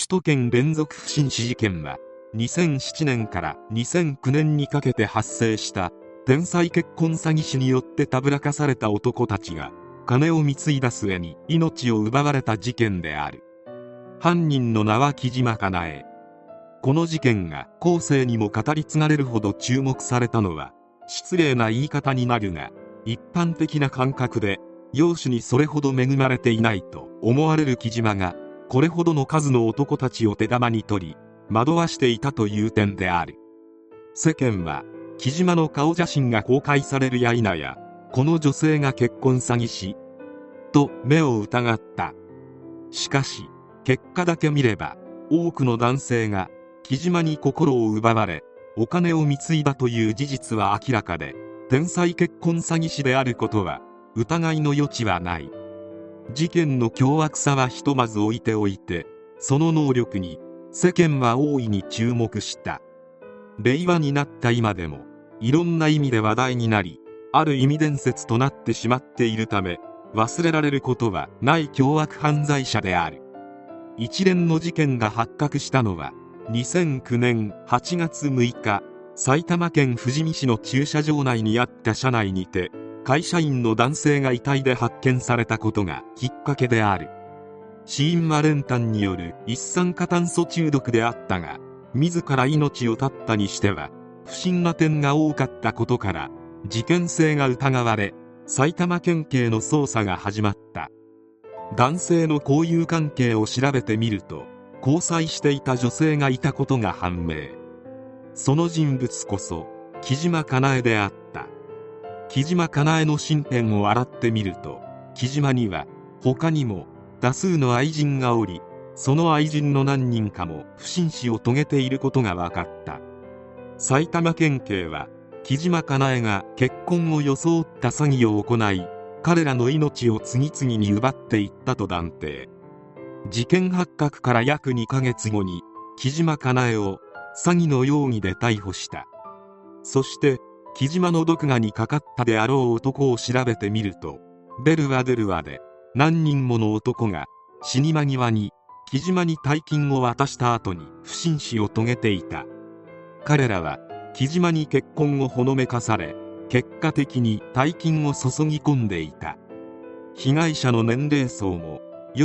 首都圏連続不審死事件は2007年から2009年にかけて発生した天才結婚詐欺師によってたぶらかされた男たちが金を貢いだ末に命を奪われた事件である。犯人の名は木島かなえ。この事件が後世にも語り継がれるほど注目されたのは失礼な言い方になるが、一般的な感覚で容姿にそれほど恵まれていないと思われる木島がこれほどの数の男たちを手玉に取り惑わしていたという点である。世間は木島の顔写真が公開されるや否やこの女性が結婚詐欺師と目を疑った。しかし結果だけ見れば多くの男性が木島に心を奪われお金を貢いだという事実は明らかで、天才結婚詐欺師であることは疑いの余地はない。事件の凶悪さはひとまず置いておいて、その能力に世間は大いに注目した。令和になった今でもいろんな意味で話題になり、ある意味伝説となってしまっているため忘れられることはない凶悪犯罪者である。一連の事件が発覚したのは2009年8月6日、埼玉県富士見市の駐車場内にあった車内にて会社員の男性が遺体で発見されたことがきっかけである。死因は練炭による一酸化炭素中毒であったが、自ら命を絶ったにしては不審な点が多かったことから事件性が疑われ、埼玉県警の捜査が始まった。男性の交友関係を調べてみると交際していた女性がいたことが判明。その人物こそ木島かなえであった。木島かなえの身辺を洗ってみると、木島には他にも多数の愛人がおり、その愛人の何人かも不審死を遂げていることが分かった。埼玉県警は木島かなえが結婚を装った詐欺を行い、彼らの命を次々に奪っていったと断定。事件発覚から約2ヶ月後に木島かなえを詐欺の容疑で逮捕した。そして木島の毒牙にかかったであろう男を調べてみると、出るわ出るわで何人もの男が死に間際に木島に大金を渡した後に不審死を遂げていた。彼らは木島に結婚をほのめかされ、結果的に大金を注ぎ込んでいた。被害者の年齢層も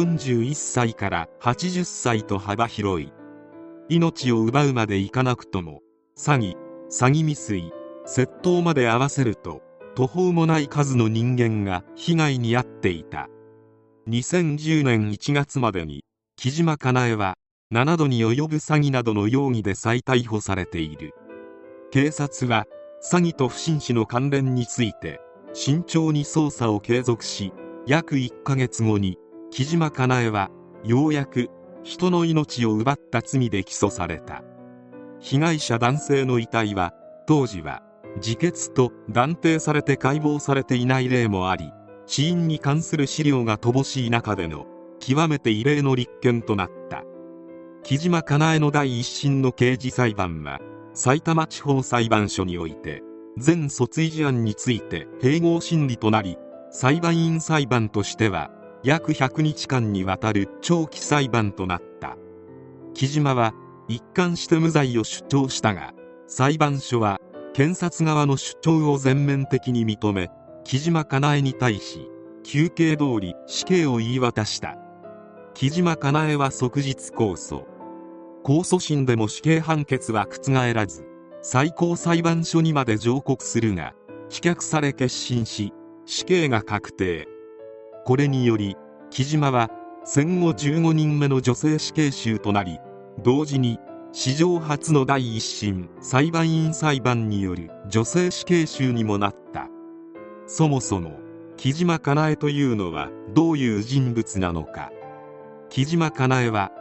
41歳から80歳と幅広い。命を奪うまでいかなくとも詐欺未遂、窃盗まで合わせると途方もない数の人間が被害に遭っていた。2010年1月までに木島かなえは7度に及ぶ詐欺などの容疑で再逮捕されている。警察は詐欺と不審死の関連について慎重に捜査を継続し、約1ヶ月後に木島かなえはようやく人の命を奪った罪で起訴された。被害者男性の遺体は当時は自決と断定されて解剖されていない例もあり、死因に関する資料が乏しい中での極めて異例の立件となった。木島かなえの第一審の刑事裁判はさいたま地方裁判所において前訴追事案について併合審理となり、裁判員裁判としては約100日間にわたる長期裁判となった。木島は一貫して無罪を主張したが、裁判所は検察側の主張を全面的に認め、木島かなえに対し求刑通り死刑を言い渡した。木島かなえは即日控訴。控訴審でも死刑判決は覆らず、最高裁判所にまで上告するが棄却され結審し、死刑が確定。これにより木島は戦後15人目の女性死刑囚となり、同時に史上初の第一審裁判員裁判による女性死刑囚にもなった。そもそも木島かなえというのはどういう人物なのか。木島かなえは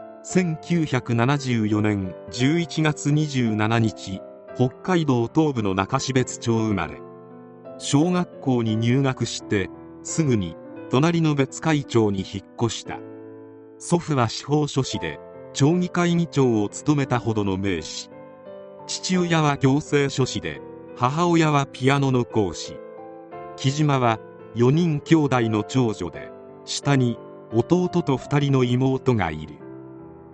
1974年11月27日、北海道東部の中標津町生まれ。小学校に入学してすぐに隣の別海町に引っ越した。祖父は司法書士で町議会議長を務めたほどの名士。父親は行政書士で母親はピアノの講師。木島は4人兄弟の長女で、下に弟と2人の妹がいる。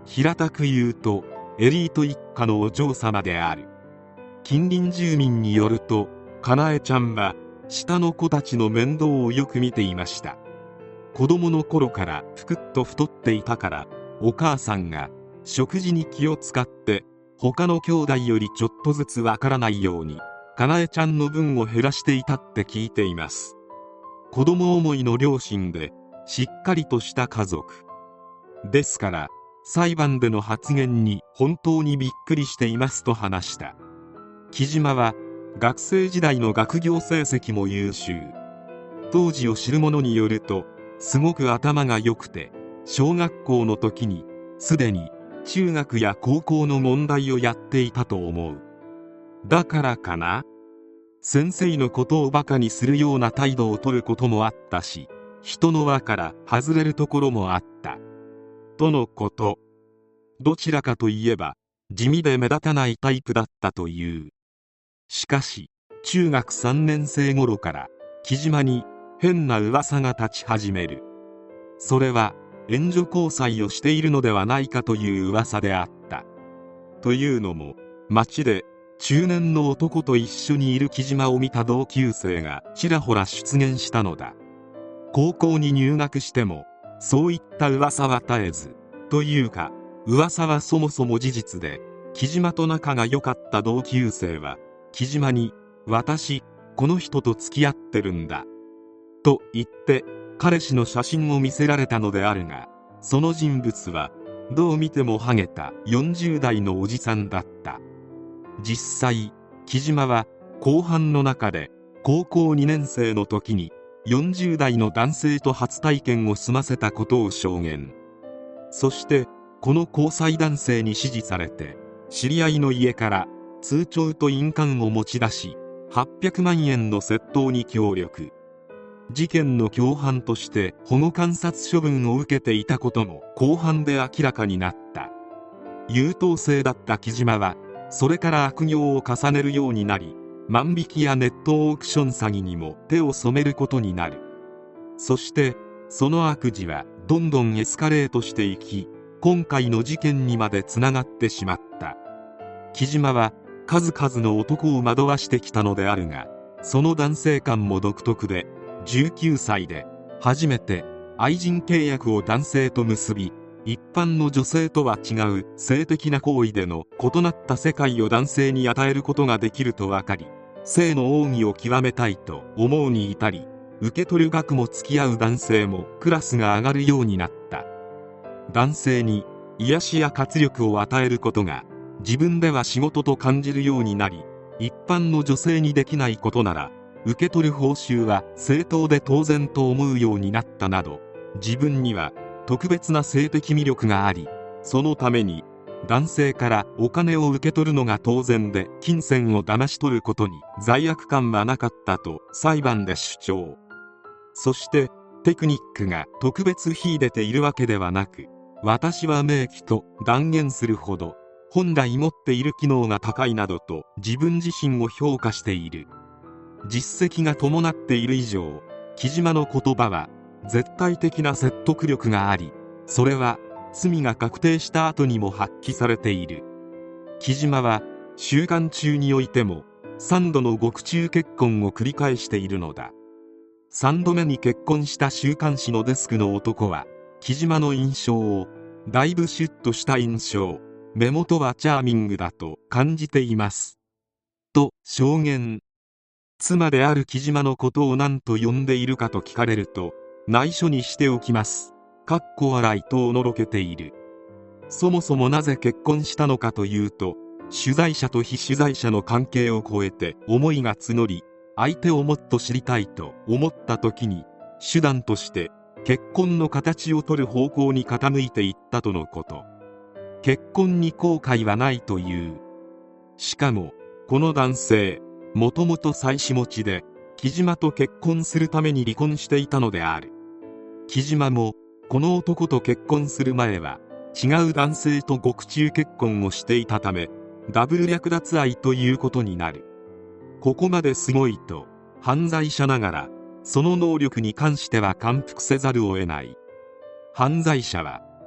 平たく言うとエリート一家のお嬢様である。近隣住民によると、かなえちゃんは下の子たちの面倒をよく見ていました。子供の頃からぷくっと太っていたから、お母さんが食事に気を使って他の兄弟よりちょっとずつわからないようにかなえちゃんの分を減らしていたって聞いています。子供思いの両親でしっかりとした家族ですから、裁判での発言に本当にびっくりしていますと話した。木島は学生時代の学業成績も優秀。当時を知る者によると、すごく頭が良くて、小学校の時にすでに中学や高校の問題をやっていたと思う。だからかな、先生のことをバカにするような態度を取ることもあったし、人の輪から外れるところもあったとのこと。どちらかといえば地味で目立たないタイプだったという。しかし中学3年生頃から木島に変な噂が立ち始める。それは援助交際をしているのではないかという噂であった。というのも、街で中年の男と一緒にいる木島を見た同級生がちらほら出現したのだ。高校に入学してもそういった噂は絶えず、というか噂はそもそも事実で、木島と仲が良かった同級生は木島に私この人と付き合ってるんだと言って彼氏の写真を見せられたのであるが、その人物はどう見てもハゲた40代のおじさんだった。実際木島は後半の中で高校2年生の時に40代の男性と初体験を済ませたことを証言。そしてこの交際男性に指示されて知り合いの家から通帳と印鑑を持ち出し800万円の窃盗に協力。事件の共犯として保護観察処分を受けていたことも公判で明らかになった。優等生だった木島はそれから悪行を重ねるようになり、万引きやネットオークション詐欺にも手を染めることになる。そしてその悪事はどんどんエスカレートしていき、今回の事件にまでつながってしまった。木島は数々の男を惑わしてきたのであるが、その男性観も独特で、19歳で初めて愛人契約を男性と結び、一般の女性とは違う性的な行為での異なった世界を男性に与えることができると分かり、性の奥義を極めたいと思うに至り、受け取る額も付き合う男性もクラスが上がるようになった。男性に癒しや活力を与えることが自分では仕事と感じるようになり、一般の女性にできないことなら受け取る報酬は正当で当然と思うようになったなど、自分には特別な性的魅力があり、そのために男性からお金を受け取るのが当然で、金銭を騙し取ることに罪悪感はなかったと裁判で主張。そしてテクニックが特別秀でているわけではなく、私は名器と断言するほど本来持っている機能が高いなどと自分自身を評価している。実績が伴っている以上、木島の言葉は絶対的な説得力があり、それは罪が確定した後にも発揮されている。木島は収監中においても3度の獄中結婚を繰り返しているのだ。3度目に結婚した週刊誌のデスクの男は木島の印象をだいぶシュッとした印象、目元はチャーミングだと感じていますと証言。妻である木島のことを何と呼んでいるかと聞かれると、内緒にしておきます笑いとおのろけている。そもそもなぜ結婚したのかというと、取材者と被取材者の関係を超えて思いが募り、相手をもっと知りたいと思った時に手段として結婚の形を取る方向に傾いていったとのこと。結婚に後悔はないという。しかもこの男性、もともと妻子持ちで木島と結婚するために離婚していたのである。木島もこの男と結婚する前は違う男性と獄中結婚をしていたため、ダブル略奪愛ということになる。ここまですごいと犯罪者ながらその能力に関しては感服せざるを得ない。犯罪者は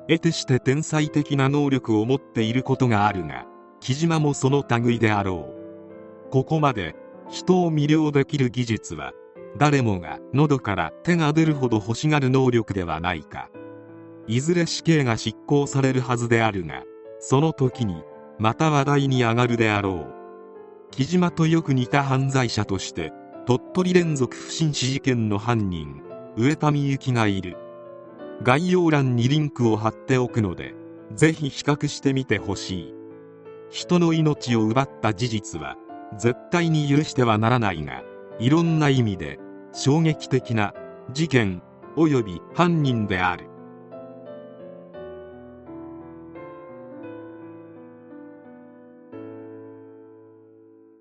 得てして天才的な能力を持っていることがあるが、木島もその類であろう。ここまで人を魅了できる技術は誰もが喉から手が出るほど欲しがる能力ではないか。いずれ死刑が執行されるはずであるが、その時にまた話題に上がるであろう。木島とよく似た犯罪者として鳥取連続不審死事件の犯人上田美由紀がいる。概要欄にリンクを貼っておくので、ぜひ比較してみてほしい。人の命を奪った事実は絶対に許してはならないが、いろんな意味で衝撃的な事件及び犯人である。